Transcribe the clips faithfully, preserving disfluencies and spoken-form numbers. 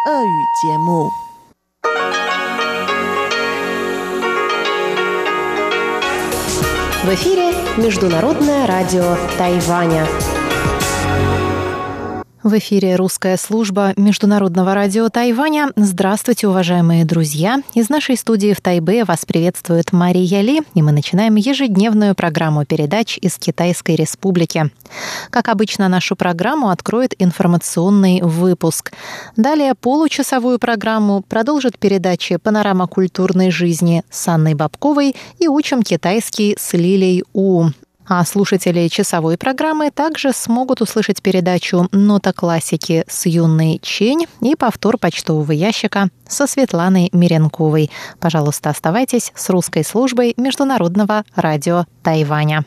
俄语节目。 В эфире Международное радио Тайваня. В эфире русская служба Международного радио Тайваня. Здравствуйте, уважаемые друзья! Из нашей студии в Тайбе вас приветствует Мария Ли, и мы начинаем ежедневную программу передач из Китайской Республики. Как обычно, нашу программу откроет информационный выпуск. Далее получасовую программу продолжит передачи «Панорама культурной жизни» с Анной Бабковой и «Учим китайский» с Лилей У. А слушатели часовой программы также смогут услышать передачу «Нота классики» с Юной Чень и повтор почтового ящика со Светланой Миренковой. Пожалуйста, оставайтесь с русской службой Международного радио Тайваня.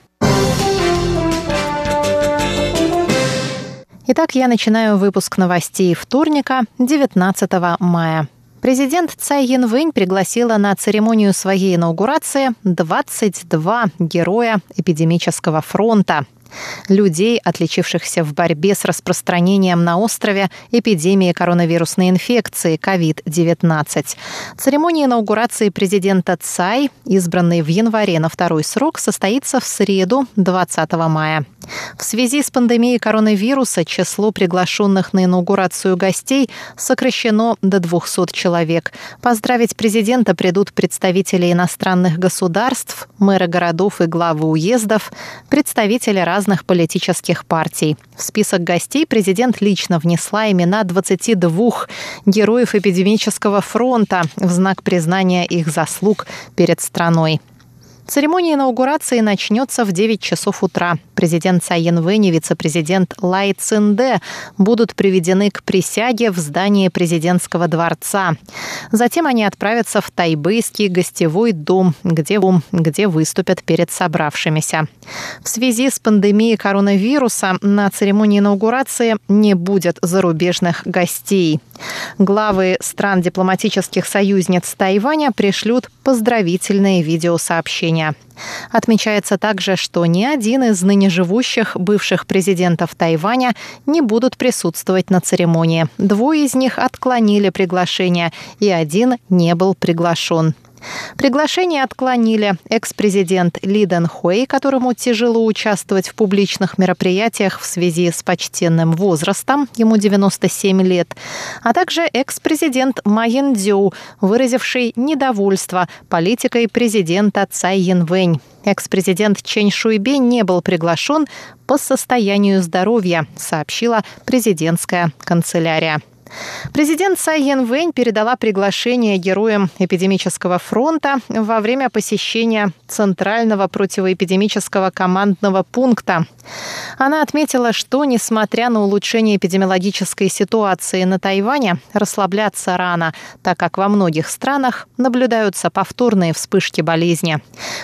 Итак, я начинаю выпуск новостей вторника, девятнадцатого мая. Президент Цай Янвэнь пригласила на церемонию своей инаугурации двадцать два героя эпидемического фронта. Людей, отличившихся в борьбе с распространением на острове эпидемии коронавирусной инфекции ковид девятнадцать. Церемония инаугурации президента Цай, избранной в январе на второй срок, состоится в среду, двадцатого мая. В связи с пандемией коронавируса число приглашенных на инаугурацию гостей сокращено до двухсот человек. Поздравить президента придут представители иностранных государств, мэры городов и главы уездов, представители разных политических партий. В список гостей президент лично внесла имена двадцати двух героев эпидемического фронта в знак признания их заслуг перед страной. Церемония инаугурации начнется в девять часов утра. Президент Цай Янвэнь и вице-президент Лай Цинде будут приведены к присяге в здании президентского дворца. Затем они отправятся в тайбэйский гостевой дом, где, где выступят перед собравшимися. В связи с пандемией коронавируса на церемонии инаугурации не будет зарубежных гостей. Главы стран дипломатических союзниц Тайваня пришлют поздравительные видеосообщения. Отмечается также, что ни один из ныне живущих бывших президентов Тайваня не будут присутствовать на церемонии. Двое из них отклонили приглашение, и один не был приглашен. Приглашение отклонили экс-президент Ли Дэнхуэй, которому тяжело участвовать в публичных мероприятиях в связи с почтенным возрастом, ему девяносто семь лет, а также экс-президент Ма Ян-дзю, выразивший недовольство политикой президента Цай Янвэнь. Экс-президент Чэнь Шуйбе не был приглашен по состоянию здоровья, сообщила президентская канцелярия. Президент Цай Янвэнь передала приглашение героям эпидемического фронта во время посещения Центрального противоэпидемического командного пункта. Она отметила, что, несмотря на улучшение эпидемиологической ситуации на Тайване, расслабляться рано, так как во многих странах наблюдаются повторные вспышки болезни.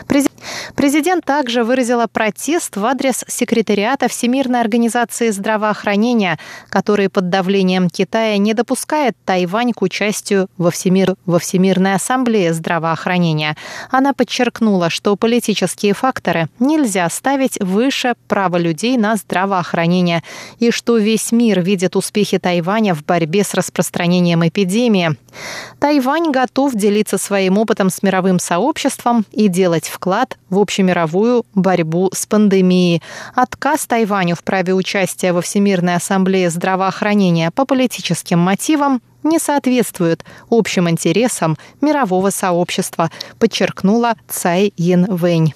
Президент также выразила протест в адрес секретариата Всемирной организации здравоохранения, который под давлением Китая не допускает Тайвань к участию во, Всемир... во Всемирной ассамблее здравоохранения. Она подчеркнула, что политические факторы нельзя ставить выше права людей на здравоохранение, и что весь мир видит успехи Тайваня в борьбе с распространением эпидемии. Тайвань готов делиться своим опытом с мировым сообществом и делать вклад в общемировую борьбу с пандемией. Отказ Тайваню в праве участия во Всемирной ассамблее здравоохранения по политическим мотивам не соответствует общим интересам мирового сообщества, подчеркнула Цай Янвэнь.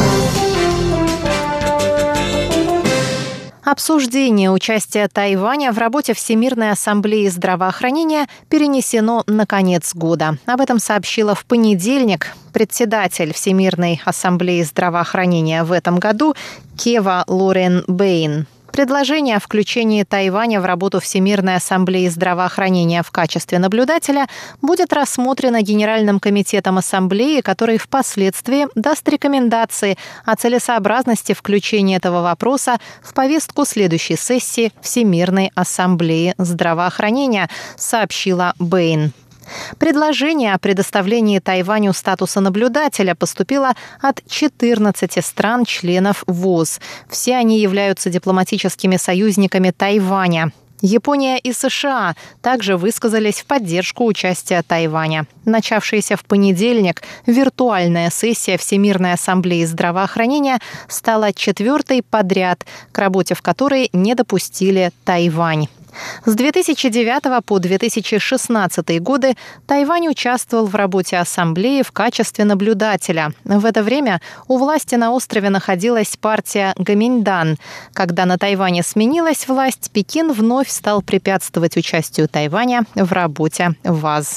Обсуждение участия Тайваня в работе Всемирной ассамблеи здравоохранения перенесено на конец года. Об этом сообщила в понедельник председатель Всемирной ассамблеи здравоохранения в этом году Кева Лорен Бэйн. Предложение о включении Тайваня в работу Всемирной ассамблеи здравоохранения в качестве наблюдателя будет рассмотрено Генеральным комитетом ассамблеи, который впоследствии даст рекомендации о целесообразности включения этого вопроса в повестку следующей сессии Всемирной ассамблеи здравоохранения, сообщила Бэйн. Предложение о предоставлении Тайваню статуса наблюдателя поступило от четырнадцати стран-членов ВОЗ. Все они являются дипломатическими союзниками Тайваня. Япония и США также высказались в поддержку участия Тайваня. Начавшаяся в понедельник виртуальная сессия Всемирной ассамблеи здравоохранения стала четвертой подряд, к работе в которой не допустили Тайвань. С две тысячи девятого по две тысячи шестнадцатый годы Тайвань участвовал в работе ассамблеи в качестве наблюдателя. В это время у власти на острове находилась партия Гоминьдан. Когда на Тайване сменилась власть, Пекин вновь стал препятствовать участию Тайваня в работе ВАЗ.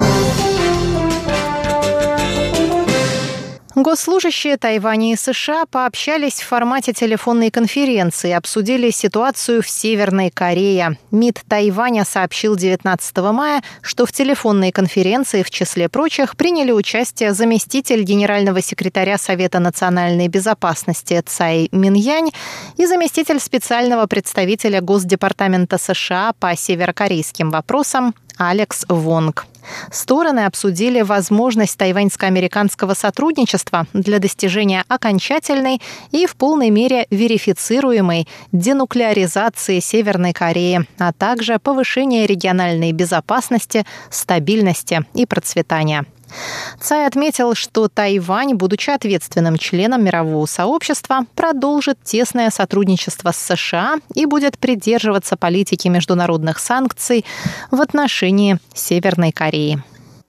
Госслужащие Тайваня и США пообщались в формате телефонной конференции и обсудили ситуацию в Северной Корее. МИД Тайваня сообщил девятнадцатого мая, что в телефонной конференции, в числе прочих, приняли участие заместитель генерального секретаря Совета национальной безопасности Цай Миньянь и заместитель специального представителя Госдепартамента США по северокорейским вопросам Алекс Вонг. Стороны обсудили возможность тайваньско-американского сотрудничества для достижения окончательной и в полной мере верифицируемой денуклеаризации Северной Кореи, а также повышения региональной безопасности, стабильности и процветания. Цай отметил, что Тайвань, будучи ответственным членом мирового сообщества, продолжит тесное сотрудничество с США и будет придерживаться политики международных санкций в отношении Северной Кореи.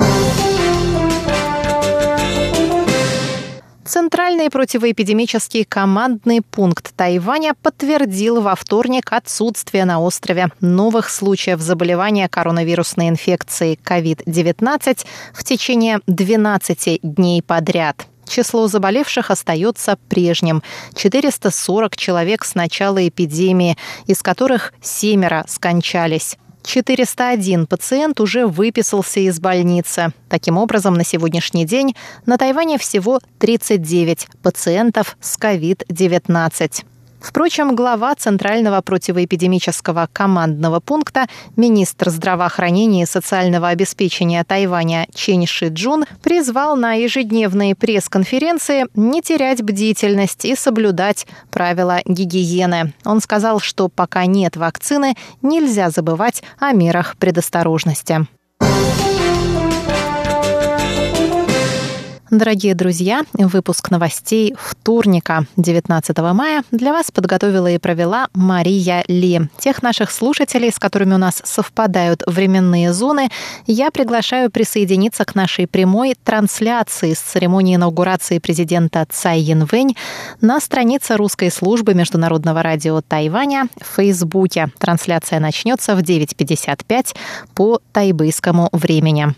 Центральный противоэпидемический командный пункт Тайваня подтвердил во вторник отсутствие на острове новых случаев заболевания коронавирусной инфекцией ковид девятнадцать в течение двенадцати дней подряд. Число заболевших остается прежним – четыреста сорок человек с начала эпидемии, из которых семеро скончались. четыреста один пациент уже выписался из больницы. Таким образом, на сегодняшний день на Тайване всего тридцать девять пациентов с ковид девятнадцать. Впрочем, глава Центрального противоэпидемического командного пункта, министр здравоохранения и социального обеспечения Тайваня Чен Ши-Джун призвал на ежедневные пресс-конференции не терять бдительность и соблюдать правила гигиены. Он сказал, что пока нет вакцины, нельзя забывать о мерах предосторожности. Дорогие друзья, выпуск новостей вторника, девятнадцатого мая, для вас подготовила и провела Мария Ли. Тех наших слушателей, с которыми у нас совпадают временные зоны, я приглашаю присоединиться к нашей прямой трансляции с церемонии инаугурации президента Цай Янвэнь на странице русской службы Международного радио Тайваня в Фейсбуке. Трансляция начнется в девять пятьдесят пять по тайбэйскому времени.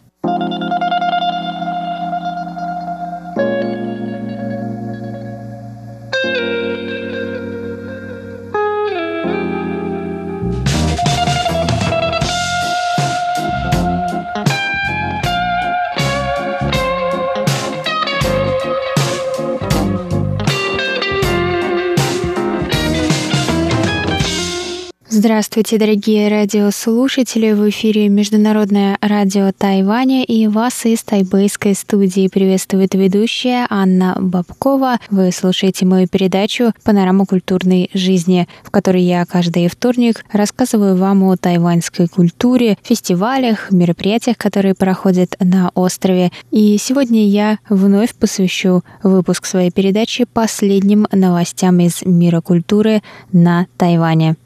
Здравствуйте, дорогие радиослушатели! В эфире Международное радио Тайваня и вас из тайбэйской студии приветствует ведущая Анна Бабкова. Вы слушаете мою передачу «Панорама культурной жизни», в которой я каждый вторник рассказываю вам о тайваньской культуре, фестивалях, мероприятиях, которые проходят на острове. И сегодня я вновь посвящу выпуск своей передачи последним новостям из мира культуры на Тайване.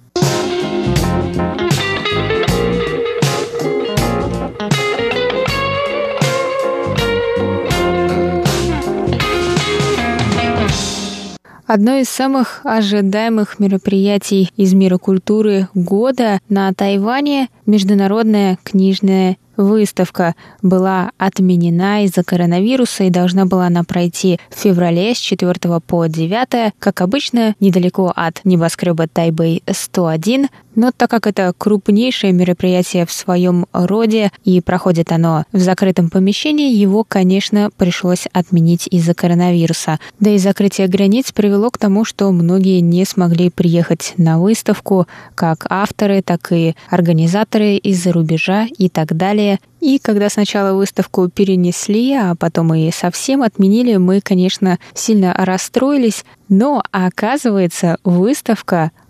Одно из самых ожидаемых мероприятий из мира культуры года на Тайване – международная книжная выставка была отменена из-за коронавируса, и должна была она пройти в феврале с четвёртого по девятое, как обычно, недалеко от небоскреба Тайбэй сто один. Но так как это крупнейшее мероприятие в своем роде и проходит оно в закрытом помещении, его, конечно, пришлось отменить из-за коронавируса. Да и закрытие границ привело к тому, что многие не смогли приехать на выставку, как авторы, так и организаторы из-за рубежа и так далее. И когда сначала выставку перенесли, а потом и совсем отменили, мы, конечно, сильно расстроились. Но, оказывается, выставка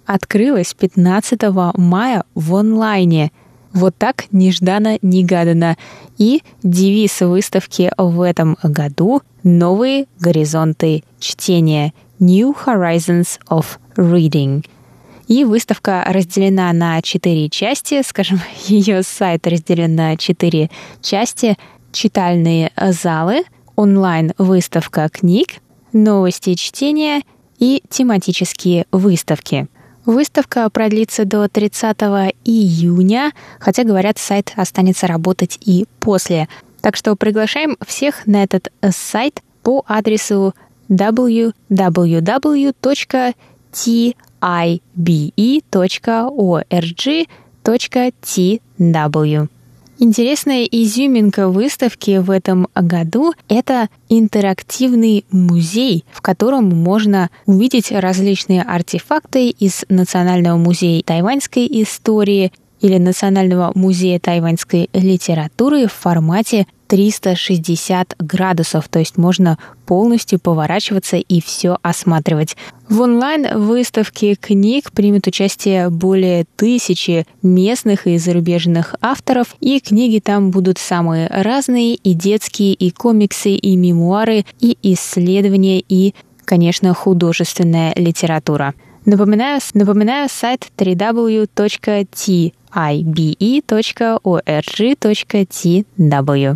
открылась пятнадцатого мая в онлайне. Вот так нежданно-негаданно. И девиз выставки в этом году — «Новые горизонты чтения» — New Horizons of Reading. И выставка разделена на четыре части, скажем, ее сайт разделен на четыре части: читальные залы, онлайн-выставка книг, новости чтения и тематические выставки. Выставка продлится до тридцатого июня, хотя, говорят, сайт останется работать и после. Так что приглашаем всех на этот сайт по адресу дабл ю дабл ю дабл ю точка ти ай би и точка орг точка ти дабл ю. Интересная изюминка выставки в этом году — это интерактивный музей, в котором можно увидеть различные артефакты из Национального музея тайваньской истории или Национального музея тайваньской литературы в формате триста шестьдесят градусов, то есть можно полностью поворачиваться и все осматривать. В онлайн-выставке книг примет участие более тысячи местных и зарубежных авторов, и книги там будут самые разные: и детские, и комиксы, и мемуары, и исследования, и, конечно, художественная литература. Напоминаю, напоминаю сайт дабл ю дабл ю дабл ю точка ти ай би и точка орг точка ти дабл ю.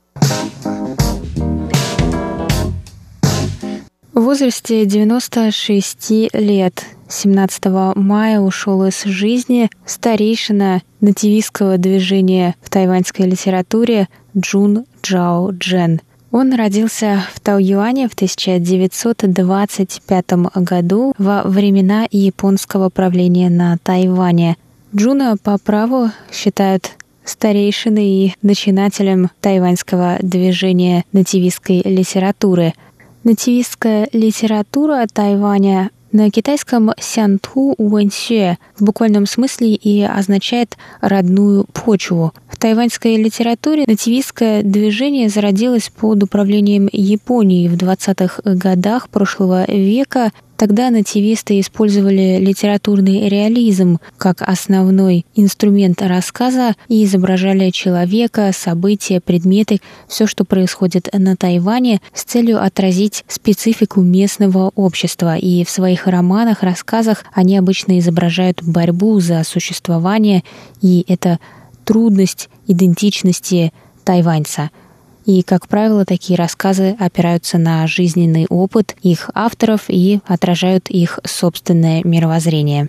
В возрасте девяноста шести лет семнадцатого мая ушел из жизни старейшина нативистского движения в тайваньской литературе Джун Чжао Чжэн. Он родился в Таоюане в тысяча девятьсот двадцать пятом году во времена японского правления на Тайване. Джуна по праву считают старейшиной и начинателем тайваньского движения нативистской литературы. Нативистская литература Тайваня на китайском «сянту уэнсюэ» в буквальном смысле и означает «родную почву». В тайваньской литературе нативистское движение зародилось под управлением Японии в двадцатых годах прошлого века. Тогда нативисты использовали литературный реализм как основной инструмент рассказа и изображали человека, события, предметы, все, что происходит на Тайване, с целью отразить специфику местного общества. И в своих романах, рассказах они обычно изображают борьбу за существование, и это трудность идентичности тайваньца. И, как правило, такие рассказы опираются на жизненный опыт их авторов и отражают их собственное мировоззрение.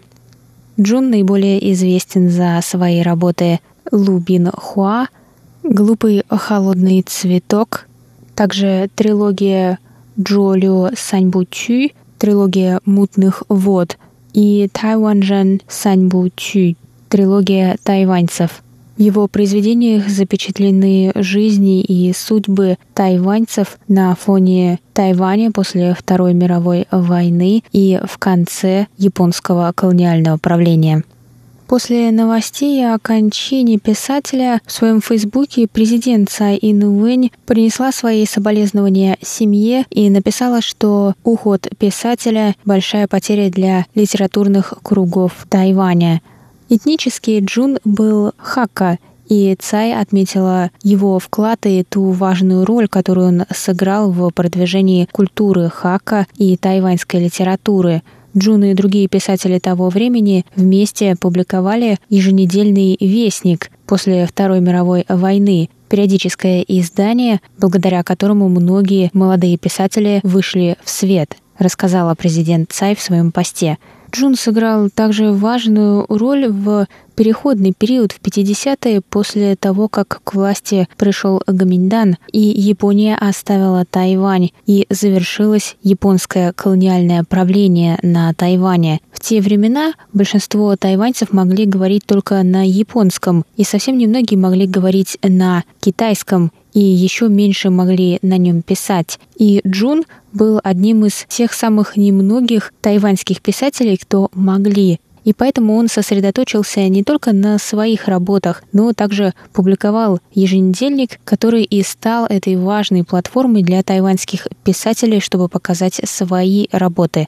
Джун наиболее известен за свои работы «Лу Бин Хуа», «Глупый холодный цветок», также трилогия «Джо Лю Саньбу Чу», трилогия «Мутных вод» и «Тайваньжэн Саньбу Чу», трилогия тайваньцев. В его произведениях запечатлены жизни и судьбы тайваньцев на фоне Тайваня после Второй мировой войны и в конце японского колониального правления. После новостей о кончине писателя в своем фейсбуке президент Цай Ин-вэнь принесла свои соболезнования семье и написала, что уход писателя – большая потеря для литературных кругов Тайваня. Этнически Джун был хакка, и Цай отметила его вклад и ту важную роль, которую он сыграл в продвижении культуры хакка и тайваньской литературы. Джун и другие писатели того времени вместе публиковали еженедельный «Вестник» после Второй мировой войны, периодическое издание, благодаря которому многие молодые писатели вышли в свет, рассказала президент Цай в своем посте. Джун сыграл также важную роль в переходный период в пятидесятые после того, как к власти пришел Гоминьдан, и Япония оставила Тайвань, и завершилось японское колониальное правление на Тайване. В те времена большинство тайваньцев могли говорить только на японском, и совсем немногие могли говорить на китайском, и еще меньше могли на нем писать. И Джун был одним из тех самых немногих тайваньских писателей, кто могли. И поэтому он сосредоточился не только на своих работах, но также публиковал еженедельник, который и стал этой важной платформой для тайваньских писателей, чтобы показать свои работы.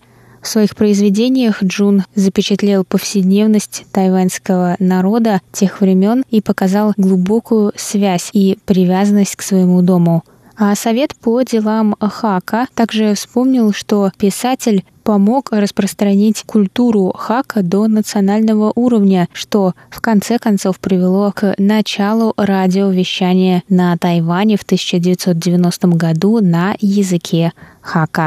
В своих произведениях Джун запечатлел повседневность тайваньского народа тех времен и показал глубокую связь и привязанность к своему дому. А Совет по делам Хака также вспомнил, что писатель помог распространить культуру Хака до национального уровня, что в конце концов привело к началу радиовещания на Тайване в тысяча девятьсот девяностом году на языке Хака.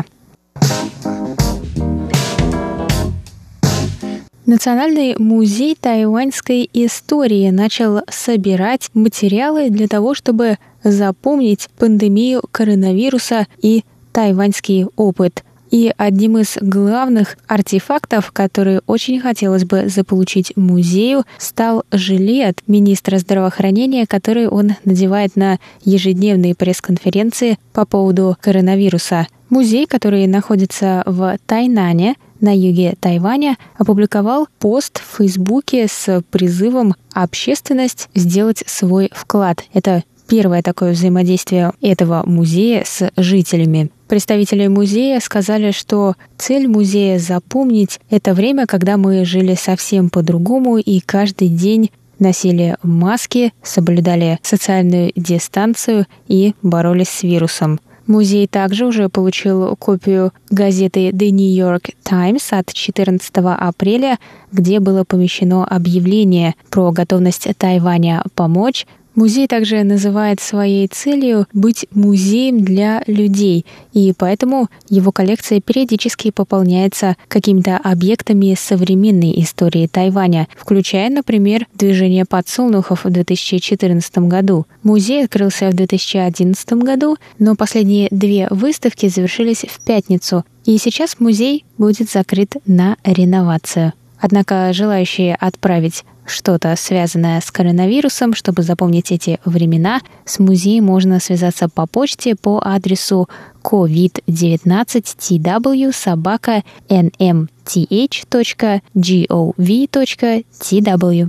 Национальный музей тайваньской истории начал собирать материалы для того, чтобы запомнить пандемию коронавируса и тайваньский опыт. И одним из главных артефактов, которые очень хотелось бы заполучить музею, стал жилет министра здравоохранения, который он надевает на ежедневные пресс-конференции по поводу коронавируса. Музей, который находится в Тайнане, на юге Тайваня, опубликовал пост в Фейсбуке с призывом общественность сделать свой вклад. Это первое такое взаимодействие этого музея с жителями. Представители музея сказали, что цель музея — запомнить это время, когда мы жили совсем по-другому и каждый день носили маски, соблюдали социальную дистанцию и боролись с вирусом. Музей также уже получил копию газеты The New York Times от четырнадцатого апреля, где было помещено объявление про готовность Тайваня помочь. Музей также называет своей целью быть музеем для людей, и поэтому его коллекция периодически пополняется какими-то объектами современной истории Тайваня, включая, например, движение подсолнухов в две тысячи четырнадцатом году. Музей открылся в две тысячи одиннадцатом году, но последние две выставки завершились в пятницу, и сейчас музей будет закрыт на реновацию. Однако желающие отправить что-то связанное с коронавирусом, чтобы запомнить эти времена, с музеем можно связаться по почте по адресу ковид девятнадцать ти дабл ю собака эн эм ти эйч точка гов точка ти дабл ю.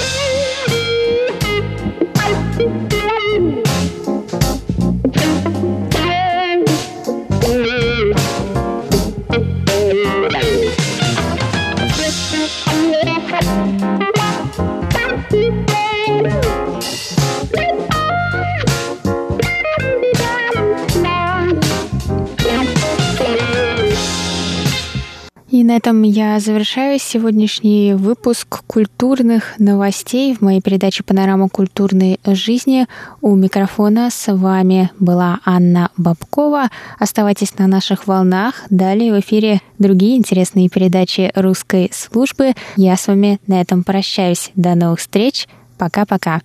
И на этом я завершаю сегодняшний выпуск культурных новостей в моей передаче «Панорама культурной жизни». У микрофона с вами была Анна Бабкова. Оставайтесь на наших волнах. Далее в эфире другие интересные передачи русской службы. Я с вами на этом прощаюсь. До новых встреч. Пока-пока.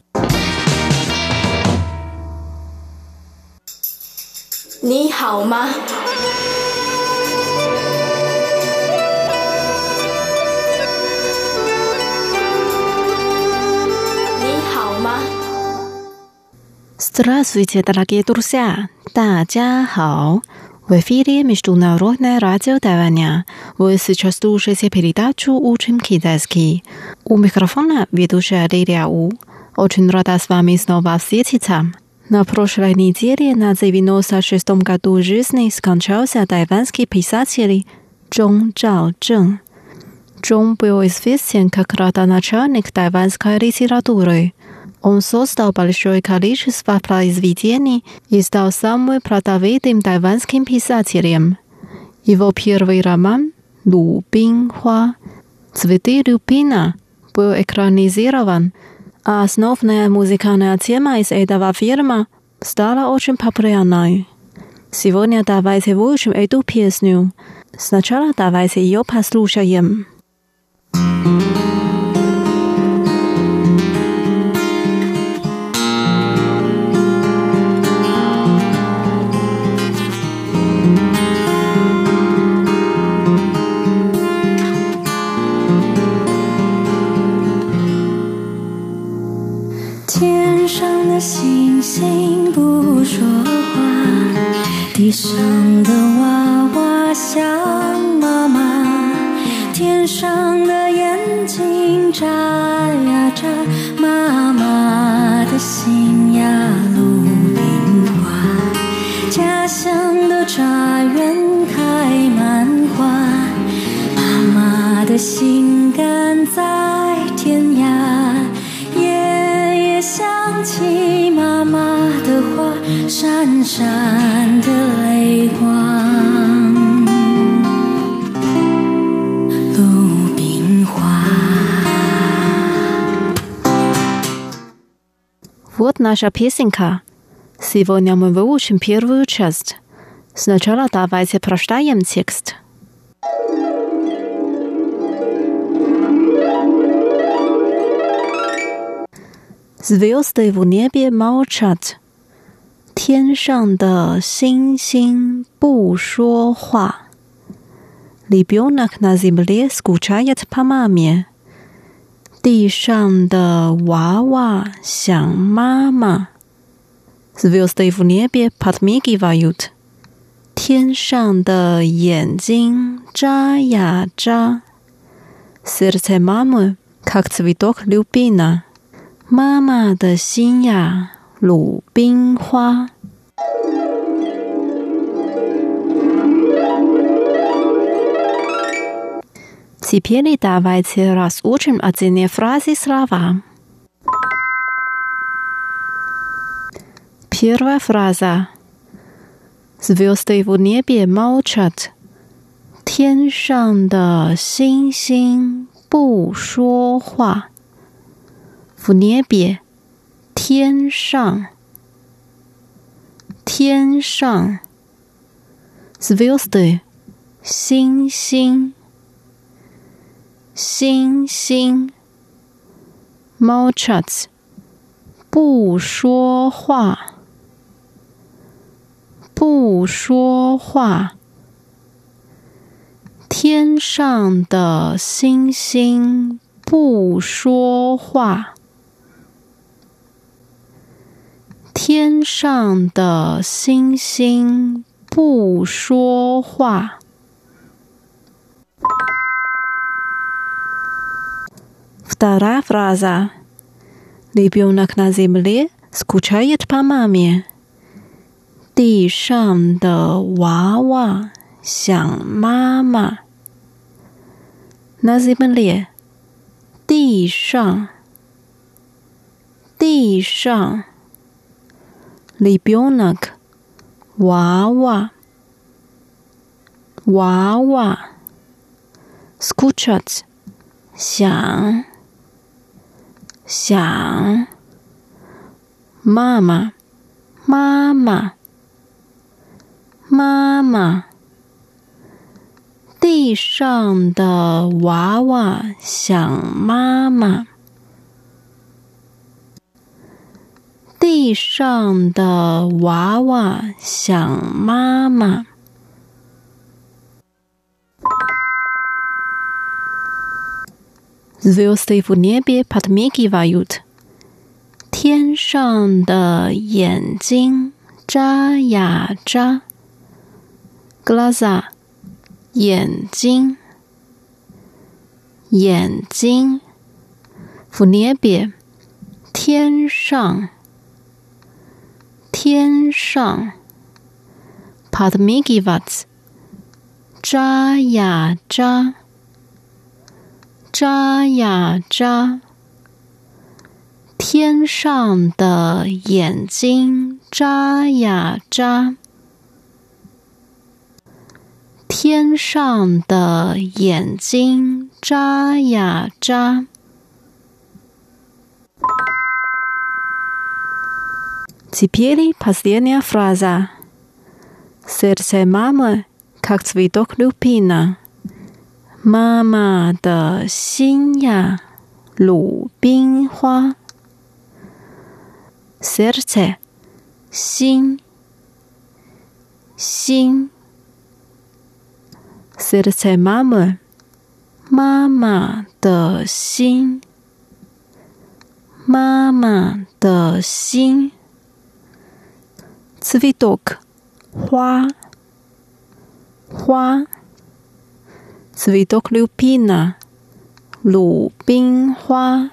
你好吗？你好吗？ Здравствуйте, дорогие друзья! 大家好! В эфире Международное радио Тайваня. Вы сейчас слушаете передачу «Учим китайский». У микрофона ведущая Лилия У. Очень рада с вами снова встретиться. На прошлой неделе на девяносто шестом году жизни скончался тайванский писатель Чжун Чжаочжэн. Чжун был известен как родоначальник тайванской литературы. Он создал большое количество произведений и стал самым плодовитым тайванским писателем. Его первый роман «Лу Бин Хуа» «Цветы люпина» был экранизирован, а основная музыкальная тема из этого фильма стала очень популярной. Сегодня давайте выучим эту песню. Сначала давайте ее послушаем. 心肝在天涯，夜夜想起妈妈的话，闪闪的泪光。鲁冰花。 Вот наша песенка. Сегодня мы выучим первую часть. Сначала давайте прочитаем текст. Звезды в небе молчат, 天上的星星不说话. Ребенок на земле скучает по маме. 地上的娃娃想妈妈. Звезды в небе подмигивают. 天上的眼睛眨呀眨. Сердце мамы, как цветок люпина. 妈妈的心呀，鲁冰花。Теперь давайте разучим отдельные фразы слова. Первая фраза. Звезды в небе молчат. 天上的星星不说话。В небе. 天上。天上。Звезды. 星星。星星 молчат 不说话不说话天上的星星不说话天上的星星不说话Вторая фраза. Ребенок на земле скучает по маме. 地上的娃娃想妈妈。На земле. 地上。地上。Ребенок. 娃娃。娃娃。Скучать. 想。想妈妈妈妈妈妈地上的娃娃想妈妈地上的娃娃想妈妈Звезды в небе подмигивают. 天上的眼睛眨呀眨。Глаза. 眼睛。眼睛。В небе. 天上。天上。Подмигивать. 眨呀眨。眨呀眨，天上的眼睛眨呀眨，天上的眼睛眨呀眨。Теперь последняя фраза. Сердце мамы, как цветок люпина. 妈妈的心呀，鲁冰花。Сердце 心心 Сердце мамы 妈妈的心妈妈的心 Цветок 花花Цветок люпина 鲁冰花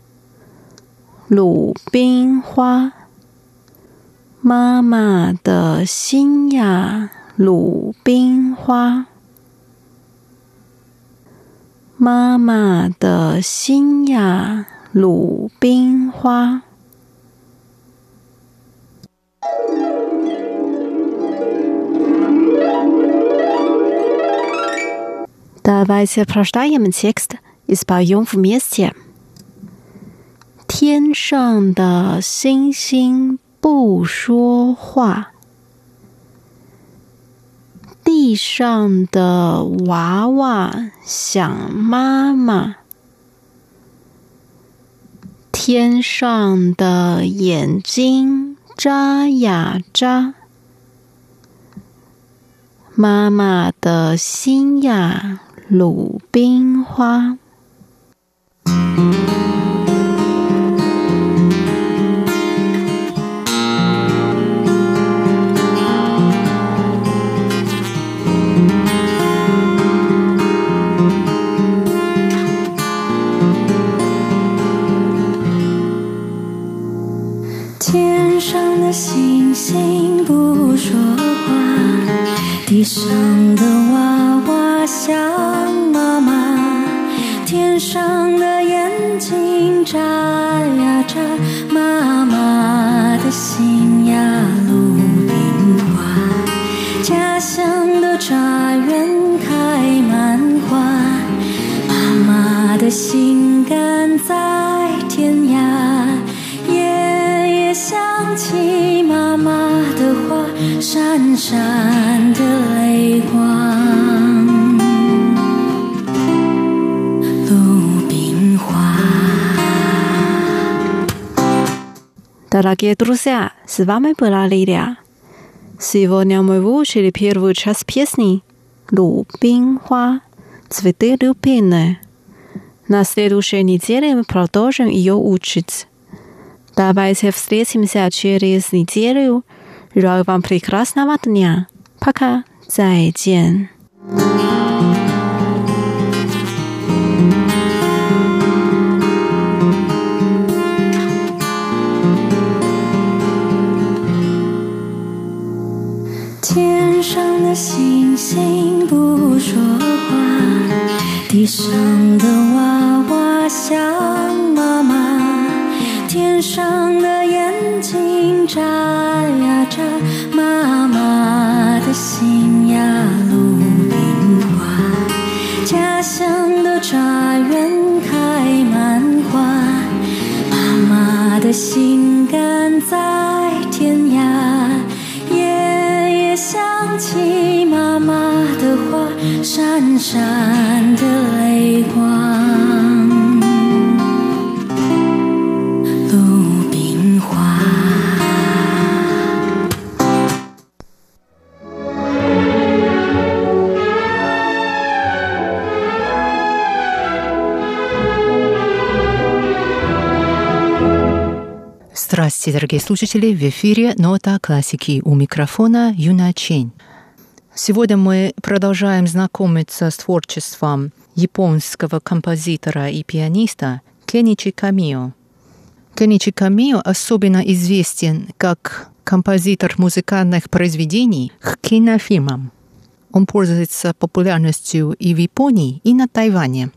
鲁冰花妈妈的心呀鲁冰花妈妈的心呀，鲁冰花。Давайте прочитаем текст и споем вместе. 天上的星星不说话，地上的娃娃想妈妈，天上的眼睛眨呀眨，妈妈的心呀，鲁冰花。 天上的星星不说话，地上的娃娃想妈妈，天上的眼睛眨呀眨，妈妈的心呀，鲁冰花。家乡的茶园开满花，妈妈的心肝在天涯。想起妈妈的话，闪闪的泪光，鲁冰花。 Дорогие друзья, с вами была Лилия. Сегодня мы выучили первую часть песни «Лубинхуа» «Цветы люпины». На следующей неделе мы продолжим ее учить. Давайте встретимся через неделю. Желаю вам прекрасного дня. Пока. 再见. 天上的星星不说话，地上的娃娃想妈妈，天上的眼睛眨呀眨，妈妈的心呀，鲁冰花。家乡的茶园开满花，妈妈的心肝在天涯。夜夜想起妈妈的话，闪闪的泪光。 Здравствуйте, дорогие слушатели! В эфире «Нота классики», у микрофона Юна Чень. Сегодня мы продолжаем знакомиться с творчеством японского композитора и пианиста Кеничи Камио. Кеничи Камио особенно известен как композитор музыкальных произведений к кинофильмам. Он пользуется популярностью и в Японии, и на Тайване.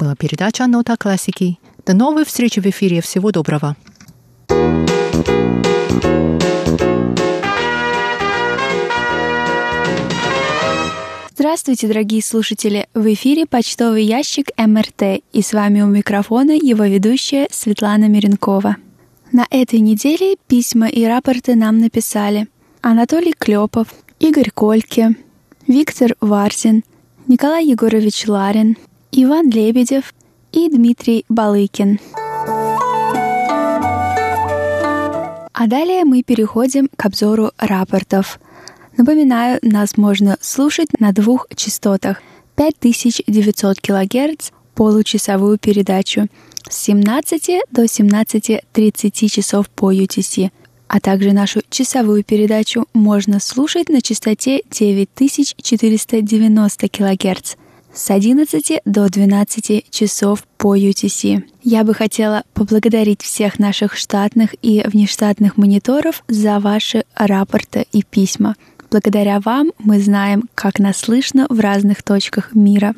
была передача «Нота классики». До новой встречи в эфире. Всего доброго. Здравствуйте, дорогие слушатели! В эфире почтовый ящик эм эр тэ, и с вами у микрофона его ведущая Светлана Миренкова. На этой неделе письма и рапорты нам написали Анатолий Клёпов, Игорь Кольке, Виктор Варзин, Николай Егорович Ларин, Иван Лебедев и Дмитрий Балыкин. А далее мы переходим к обзору рапортов. Напоминаю, нас можно слушать на двух частотах: пять тысяч девятьсот килогерц, получасовую передачу с семнадцати до семнадцати тридцати часов по ю ти си, а также нашу часовую передачу можно слушать на частоте девять тысяч четыреста девяносто килогерц с одиннадцати до двенадцати часов по ю ти си. Я бы хотела поблагодарить всех наших штатных и внештатных мониторов за ваши рапорты и письма. Благодаря вам мы знаем, как нас слышно в разных точках мира.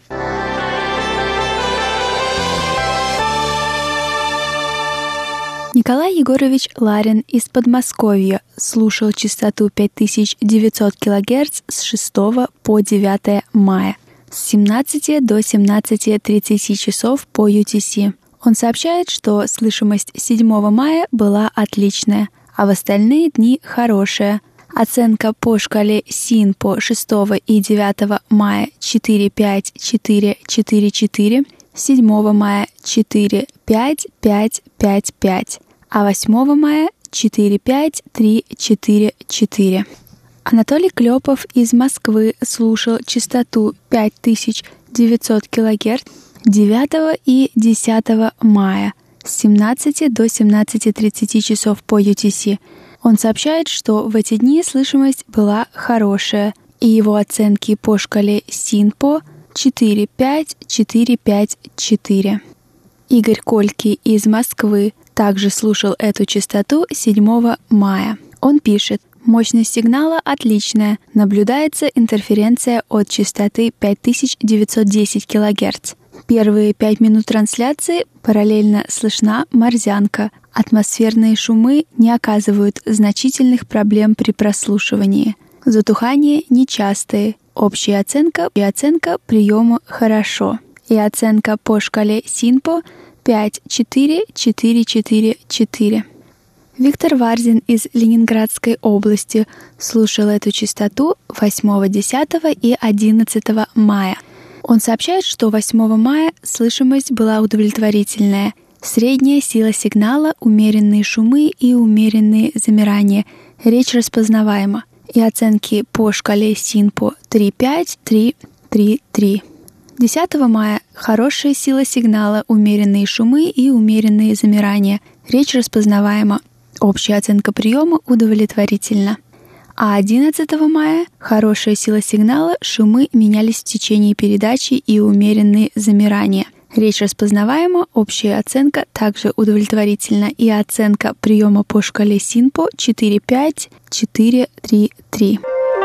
Николай Егорович Ларин из Подмосковья слушал частоту пять тысяч девятьсот килогерц с шестого по девятое мая, с семнадцати до семнадцати тридцати часов по ю ти си. Он сообщает, что слышимость седьмого мая была отличная, а в остальные дни хорошая. Оценка по шкале СИНПО шестого и девятого мая четыре пять четыре четыре четыре, седьмого мая четыре пять пять пять пять, а восьмого мая четыре пять три четыре четыре. Анатолий Клёпов из Москвы слушал частоту пять тысяч девятьсот килогерц девятого и десятого мая с семнадцати до семнадцати тридцати часов по ю ти си. Он сообщает, что в эти дни слышимость была хорошая, и его оценки по шкале СИНПО четыре пять четыре пять четыре. Игорь Кольки из Москвы также слушал эту частоту седьмого мая. Он пишет: мощность сигнала отличная, наблюдается интерференция от частоты пять тысяч девятьсот десять килогерц. Первые пять минут трансляции параллельно слышна морзянка. Атмосферные шумы не оказывают значительных проблем при прослушивании. Затухания нечастые. Общая оценка и оценка приема хорошо. И оценка по шкале СИНПО пять четыре четыре четыре четыре. Виктор Варзин из Ленинградской области слушал эту частоту восьмого, десятого и одиннадцатого мая. Он сообщает, что восьмого мая слышимость была удовлетворительная. Средняя сила сигнала, умеренные шумы и умеренные замирания. Речь распознаваема. И оценки по шкале СИНПО три пять три три три. десятого мая хорошая сила сигнала, умеренные шумы и умеренные замирания. Речь распознаваема. Общая оценка приема удовлетворительна. А одиннадцатого мая хорошая сила сигнала, шумы менялись в течение передачи и умеренные замирания. Речь распознаваема, общая оценка также удовлетворительна, и оценка приема по шкале СИНПО четыре пять четыре три три.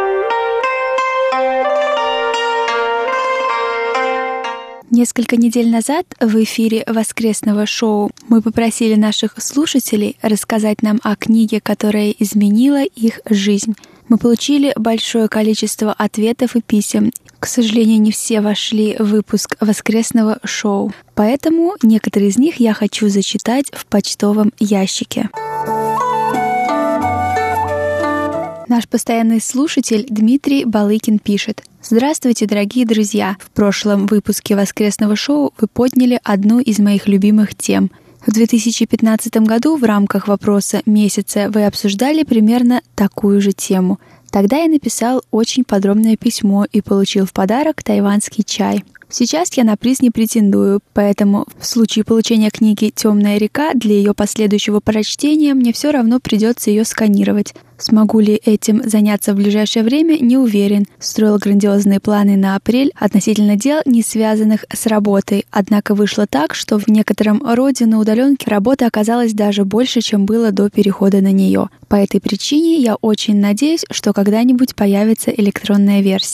Несколько недель назад в эфире воскресного шоу мы попросили наших слушателей рассказать нам о книге, которая изменила их жизнь. Мы получили большое количество ответов и писем. К сожалению, не все вошли в выпуск воскресного шоу, поэтому некоторые из них я хочу зачитать в почтовом ящике. Наш постоянный слушатель Дмитрий Балыкин пишет: «Здравствуйте, дорогие друзья! В прошлом выпуске воскресного шоу вы подняли одну из моих любимых тем. В две тысячи пятнадцатом году в рамках вопроса месяца вы обсуждали примерно такую же тему. Тогда я написал очень подробное письмо и получил в подарок тайваньский чай. Сейчас я на приз не претендую, поэтому в случае получения книги «Темная река» для ее последующего прочтения мне все равно придется ее сканировать. Смогу ли этим заняться в ближайшее время, не уверен. Строил грандиозные планы на апрель относительно дел, не связанных с работой. Однако вышло так, что в некотором роде на удаленке работы оказалось даже больше, чем было до перехода на нее. По этой причине я очень надеюсь, что когда-нибудь появится электронная версия.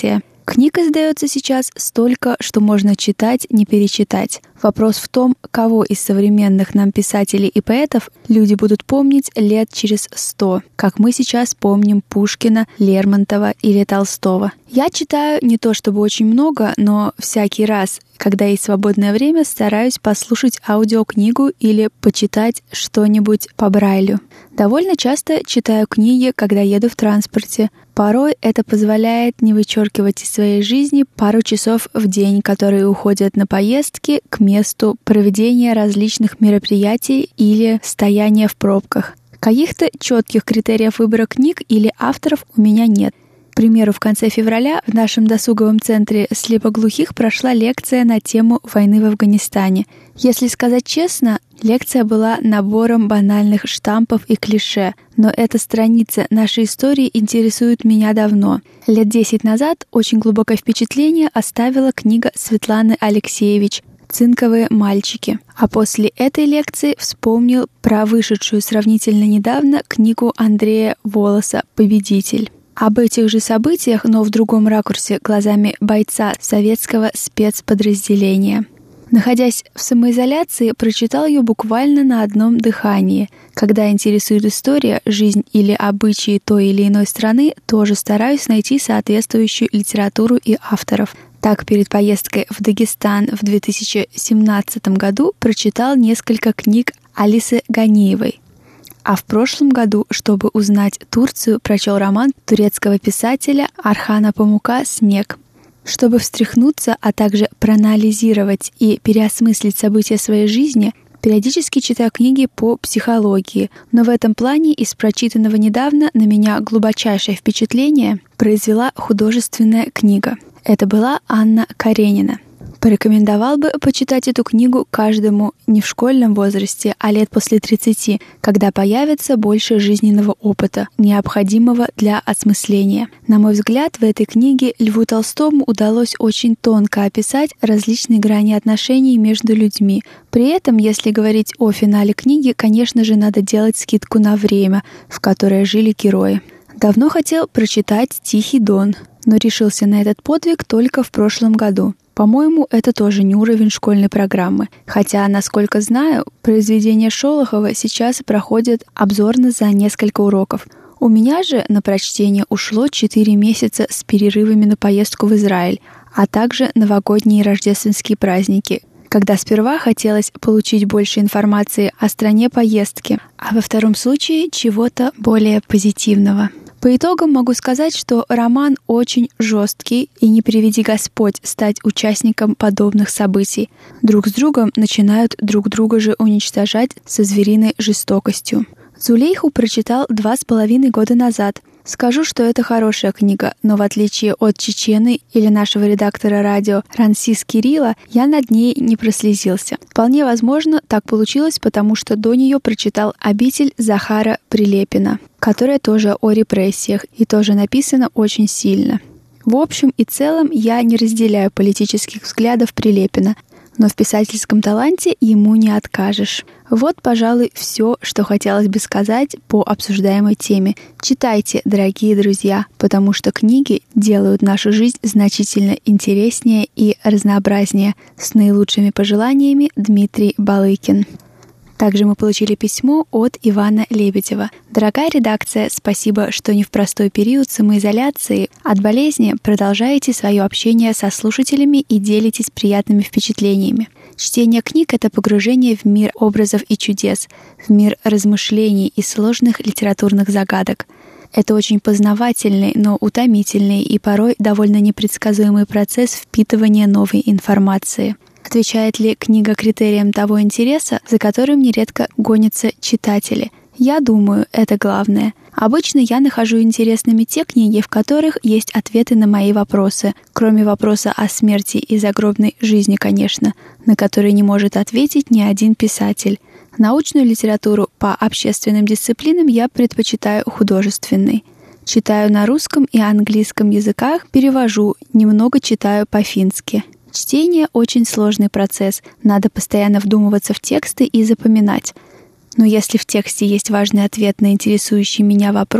Книг издается сейчас столько, что можно читать, не перечитать. Вопрос в том, кого из современных нам писателей и поэтов люди будут помнить лет через сто, как мы сейчас помним Пушкина, Лермонтова или Толстого. Я читаю не то чтобы очень много, но всякий раз, когда есть свободное время, стараюсь послушать аудиокнигу или почитать что-нибудь по Брайлю. Довольно часто читаю книги, когда еду в транспорте. Порой это позволяет не вычеркивать из своей жизни пару часов в день, которые уходят на поездки к месту проведения различных мероприятий или стояния в пробках. Каких-то четких критериев выбора книг или авторов у меня нет. К примеру, в конце февраля в нашем досуговом центре слепоглухих прошла лекция на тему войны в Афганистане. Если сказать честно, лекция была набором банальных штампов и клише, но эта страница нашей истории интересует меня давно. Лет десять назад очень глубокое впечатление оставила книга Светланы Алексеевич «Цинковые мальчики». А после этой лекции вспомнил про вышедшую сравнительно недавно книгу Андрея Волоса «Победитель». Об этих же событиях, но в другом ракурсе, глазами бойца советского спецподразделения. Находясь в самоизоляции, прочитал ее буквально на одном дыхании. Когда интересует история, жизнь или обычаи той или иной страны, тоже стараюсь найти соответствующую литературу и авторов. Так, перед поездкой в Дагестан в две тысячи семнадцатом году прочитал несколько книг Алисы Ганиевой. А в прошлом году, чтобы узнать Турцию, прочел роман турецкого писателя Архана Памука «Снег». Чтобы встряхнуться, а также проанализировать и переосмыслить события своей жизни, периодически читаю книги по психологии, но в этом плане из прочитанного недавно на меня глубочайшее впечатление произвела художественная книга. Это была Анна Каренина. Порекомендовал бы почитать эту книгу каждому не в школьном возрасте, а лет после тридцати, когда появится больше жизненного опыта, необходимого для осмысления. На мой взгляд, в этой книге Льву Толстому удалось очень тонко описать различные грани отношений между людьми. При этом, если говорить о финале книги, конечно же, надо делать скидку на время, в которое жили герои. Давно хотел прочитать «Тихий Дон», но решился на этот подвиг только в прошлом году. По-моему, это тоже не уровень школьной программы. Хотя, насколько знаю, произведения Шолохова сейчас проходят обзорно за несколько уроков. У меня же на прочтение ушло четыре месяца с перерывами на поездку в Израиль, а также новогодние и рождественские праздники, когда сперва хотелось получить больше информации о стране поездки, а во втором случае чего-то более позитивного. По итогам могу сказать, что роман очень жесткий, и не приведи Господь стать участником подобных событий. Друг с другом начинают друг друга же уничтожать со звериной жестокостью. Зулейху прочитал два с половиной года назад. Скажу, что это хорошая книга, но в отличие от Чечены или нашего редактора радио Рансис Кирилла, я над ней не прослезился. Вполне возможно, так получилось, потому что до нее прочитал «Обитель» Захара Прилепина, которая тоже о репрессиях и тоже написана очень сильно. В общем и целом я не разделяю политических взглядов Прилепина, но в писательском таланте ему не откажешь. Вот, пожалуй, все, что хотелось бы сказать по обсуждаемой теме. Читайте, дорогие друзья, потому что книги делают нашу жизнь значительно интереснее и разнообразнее. С наилучшими пожеланиями, Дмитрий Балыкин. Также мы получили письмо от Ивана Лебедева. Дорогая редакция, спасибо, что не в простой период самоизоляции от болезни продолжаете свое общение со слушателями и делитесь приятными впечатлениями. Чтение книг — это погружение в мир образов и чудес, в мир размышлений и сложных литературных загадок. Это очень познавательный, но утомительный и порой довольно непредсказуемый процесс впитывания новой информации. Отвечает ли книга критериям того интереса, за которым нередко гонятся читатели? Я думаю, это главное. Обычно я нахожу интересными те книги, в которых есть ответы на мои вопросы, кроме вопроса о смерти и загробной жизни, конечно, на который не может ответить ни один писатель. Научную литературу по общественным дисциплинам я предпочитаю художественной. Читаю на русском и английском языках, перевожу, немного читаю по-фински. Чтение — очень сложный процесс, надо постоянно вдумываться в тексты и запоминать. Но если в тексте есть важный ответ на интересующий меня вопрос,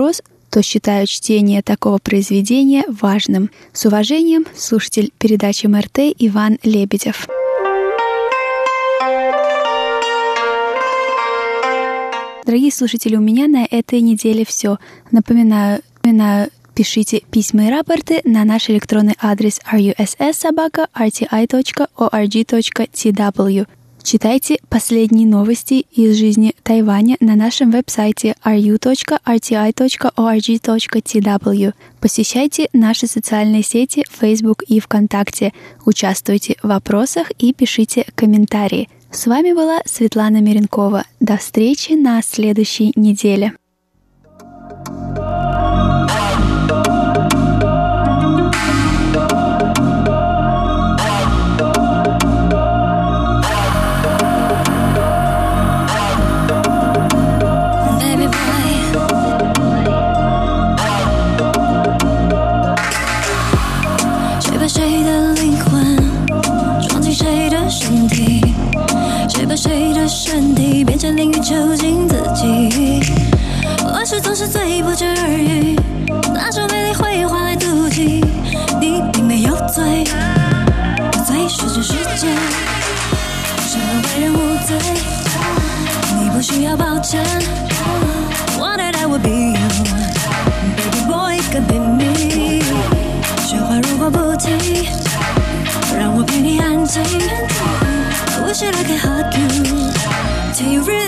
то считаю чтение такого произведения важным. С уважением, слушатель передачи эм эр тэ Иван Лебедев. Дорогие слушатели, у меня на этой неделе все. Напоминаю, напоминаю, пишите письма и рапорты на наш электронный адрес эр ю эс эс собака эр ти ай точка орг точка ти дабл ю. Читайте последние новости из жизни Тайваня на нашем веб-сайте эр ю точка эр ти ай точка орг точка ти дабл ю. Посещайте наши социальные сети Facebook и ВКонтакте. Участвуйте в вопросах и пишите комментарии. С вами была Светлана Миренкова. До встречи на следующей неделе. 谁的身体变成淋雨囚禁自己？我是总是最不绝而语，拿出美丽绘画来妒忌。你并没有罪，罪是这世界，什么为人无罪？你不需要抱歉。Wanted I would be you, baby boy could be me。雪花如果不停，让我陪你安静。Wish that I could hug you till you really